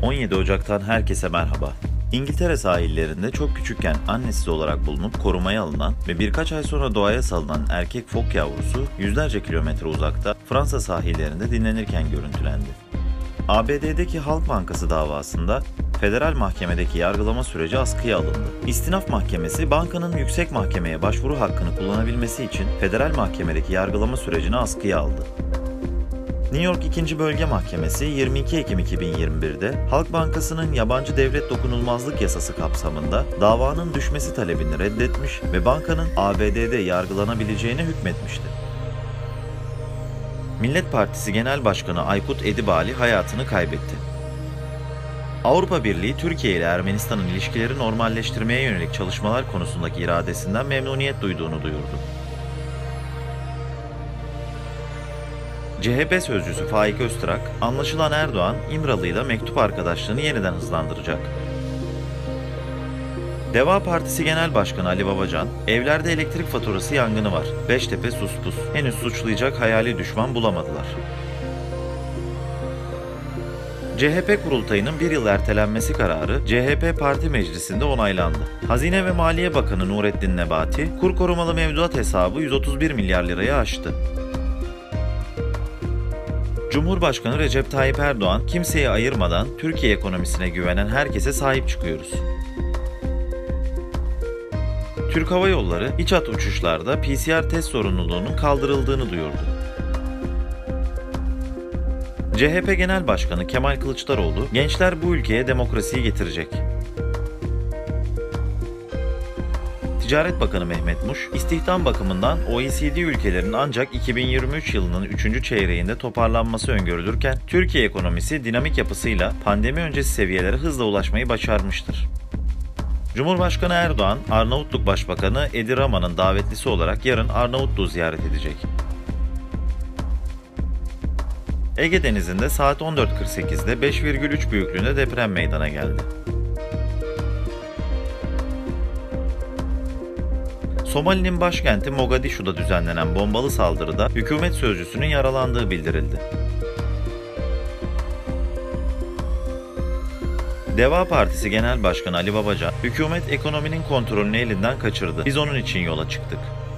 17 Ocak'tan herkese merhaba. İngiltere sahillerinde çok küçükken annesiz olarak bulunup korumaya alınan ve birkaç ay sonra doğaya salınan erkek fok yavrusu yüzlerce kilometre uzakta Fransa sahillerinde dinlenirken görüntülendi. ABD'deki Halk Bankası davasında federal mahkemedeki yargılama süreci askıya alındı. İstinaf Mahkemesi bankanın yüksek mahkemeye başvuru hakkını kullanabilmesi için federal mahkemedeki yargılama sürecini askıya aldı. New York 2. Bölge Mahkemesi 22 Ekim 2021'de Halk Bankası'nın yabancı devlet dokunulmazlık yasası kapsamında davanın düşmesi talebini reddetmiş ve bankanın ABD'de yargılanabileceğine hükmetmişti. Millet Partisi Genel Başkanı Aykut Edibali hayatını kaybetti. Avrupa Birliği, Türkiye ile Ermenistan'ın ilişkileri normalleştirmeye yönelik çalışmalar konusundaki iradesinden memnuniyet duyduğunu duyurdu. CHP sözcüsü Faik Öztürk, anlaşılan Erdoğan, İmralı'yla mektup arkadaşlığını yeniden hızlandıracak. Deva Partisi Genel Başkanı Ali Babacan, evlerde elektrik faturası yangını var. Beştepe sus pus. Henüz suçlayacak hayali düşman bulamadılar. CHP kurultayının bir yıl ertelenmesi kararı CHP Parti Meclisi'nde onaylandı. Hazine ve Maliye Bakanı Nurettin Nebati, kur korumalı mevduat hesabı 131 milyar lirayı aştı. Cumhurbaşkanı Recep Tayyip Erdoğan, kimseyi ayırmadan Türkiye ekonomisine güvenen herkese sahip çıkıyoruz. Türk Hava Yolları, iç hat uçuşlarda PCR test zorunluluğunun kaldırıldığını duyurdu. CHP Genel Başkanı Kemal Kılıçdaroğlu, gençler bu ülkeye demokrasiyi getirecek. Ticaret Bakanı Mehmet Muş, istihdam bakımından OECD ülkelerinin ancak 2023 yılının 3. çeyreğinde toparlanması öngörülürken, Türkiye ekonomisi dinamik yapısıyla pandemi öncesi seviyelere hızla ulaşmayı başarmıştır. Cumhurbaşkanı Erdoğan, Arnavutluk Başbakanı Edi Rama'nın davetlisi olarak yarın Arnavutluğu ziyaret edecek. Ege Denizi'nde saat 14.48'de 5,3 büyüklüğünde deprem meydana geldi. Somali'nin başkenti Mogadishu'da düzenlenen bombalı saldırıda hükümet sözcüsünün yaralandığı bildirildi. Deva Partisi Genel Başkanı Ali Babacan, hükümet ekonominin kontrolünü elinden kaçırdı. Biz onun için yola çıktık.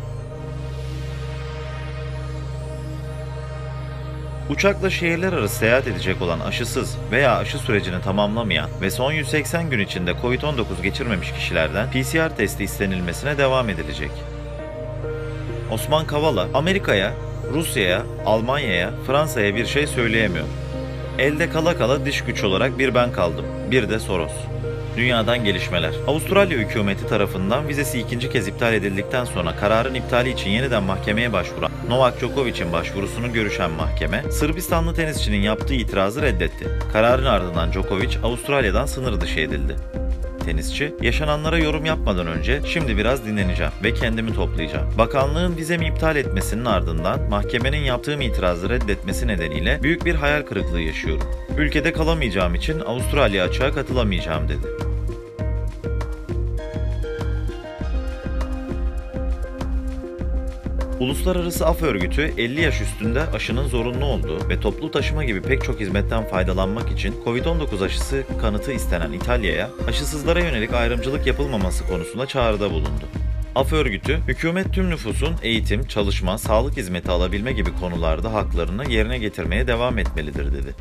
Uçakla şehirler arası seyahat edecek olan aşısız veya aşı sürecini tamamlamayan ve son 180 gün içinde COVID-19 geçirmemiş kişilerden PCR testi istenilmesine devam edilecek. Osman Kavala, Amerika'ya, Rusya'ya, Almanya'ya, Fransa'ya bir şey söyleyemiyor. Elde kala kala dış güç olarak bir ben kaldım, bir de Soros. Dünyadan gelişmeler. Avustralya hükümeti tarafından vizesi ikinci kez iptal edildikten sonra kararın iptali için yeniden mahkemeye başvuran Novak Djokovic'in başvurusunu görüşen mahkeme, Sırbistanlı tenisçinin yaptığı itirazı reddetti. Kararın ardından Djokovic, Avustralya'dan sınır dışı edildi. Tenisçi, yaşananlara yorum yapmadan önce şimdi biraz dinleneceğim ve kendimi toplayacağım. Bakanlığın vizemi iptal etmesinin ardından mahkemenin yaptığım itirazı reddetmesi nedeniyle büyük bir hayal kırıklığı yaşıyorum. Ülkede kalamayacağım için Avustralya açığa katılamayacağım dedi. Uluslararası Af Örgütü 50 yaş üstünde aşının zorunlu olduğu ve toplu taşıma gibi pek çok hizmetten faydalanmak için COVID-19 aşısı kanıtı istenen İtalya'ya aşısızlara yönelik ayrımcılık yapılmaması konusunda çağrıda bulundu. Af Örgütü, hükümet tüm nüfusun eğitim, çalışma, sağlık hizmeti alabilme gibi konularda haklarını yerine getirmeye devam etmelidir dedi.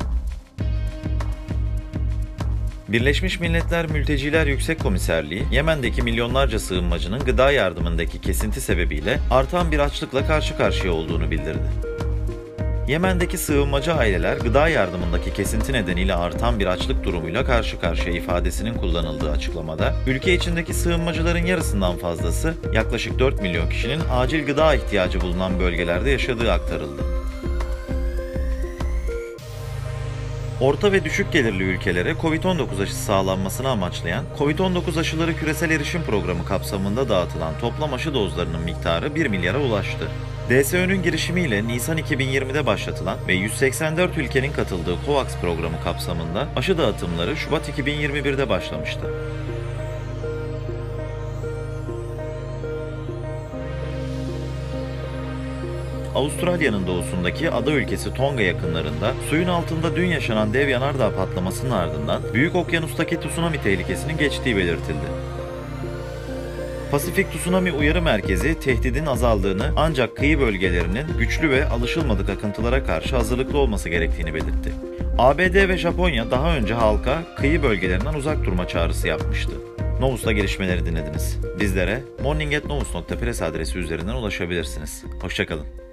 Birleşmiş Milletler Mülteciler Yüksek Komiserliği, Yemen'deki milyonlarca sığınmacının gıda yardımındaki kesinti sebebiyle artan bir açlıkla karşı karşıya olduğunu bildirdi. Yemen'deki sığınmacı aileler gıda yardımındaki kesinti nedeniyle artan bir açlık durumuyla karşı karşıya ifadesinin kullanıldığı açıklamada, ülke içindeki sığınmacıların yarısından fazlası, yaklaşık 4 milyon kişinin acil gıda ihtiyacı bulunan bölgelerde yaşadığı aktarıldı. Orta ve düşük gelirli ülkelere COVID-19 aşısı sağlanmasını amaçlayan COVID-19 aşıları küresel erişim programı kapsamında dağıtılan toplam aşı dozlarının miktarı 1 milyara ulaştı. DSÖ'nün girişimiyle Nisan 2020'de başlatılan ve 184 ülkenin katıldığı COVAX programı kapsamında aşı dağıtımları Şubat 2021'de başlamıştı. Avustralya'nın doğusundaki ada ülkesi Tonga yakınlarında suyun altında dün yaşanan dev yanardağ patlamasının ardından Büyük Okyanus'taki tsunami tehlikesinin geçtiği belirtildi. Pasifik Tsunami Uyarı Merkezi tehdidin azaldığını ancak kıyı bölgelerinin güçlü ve alışılmadık akıntılara karşı hazırlıklı olması gerektiğini belirtti. ABD ve Japonya daha önce halka kıyı bölgelerinden uzak durma çağrısı yapmıştı. Novus'ta gelişmeleri dinlediniz. Bizlere morning@novus.press adresi üzerinden ulaşabilirsiniz. Hoşça kalın.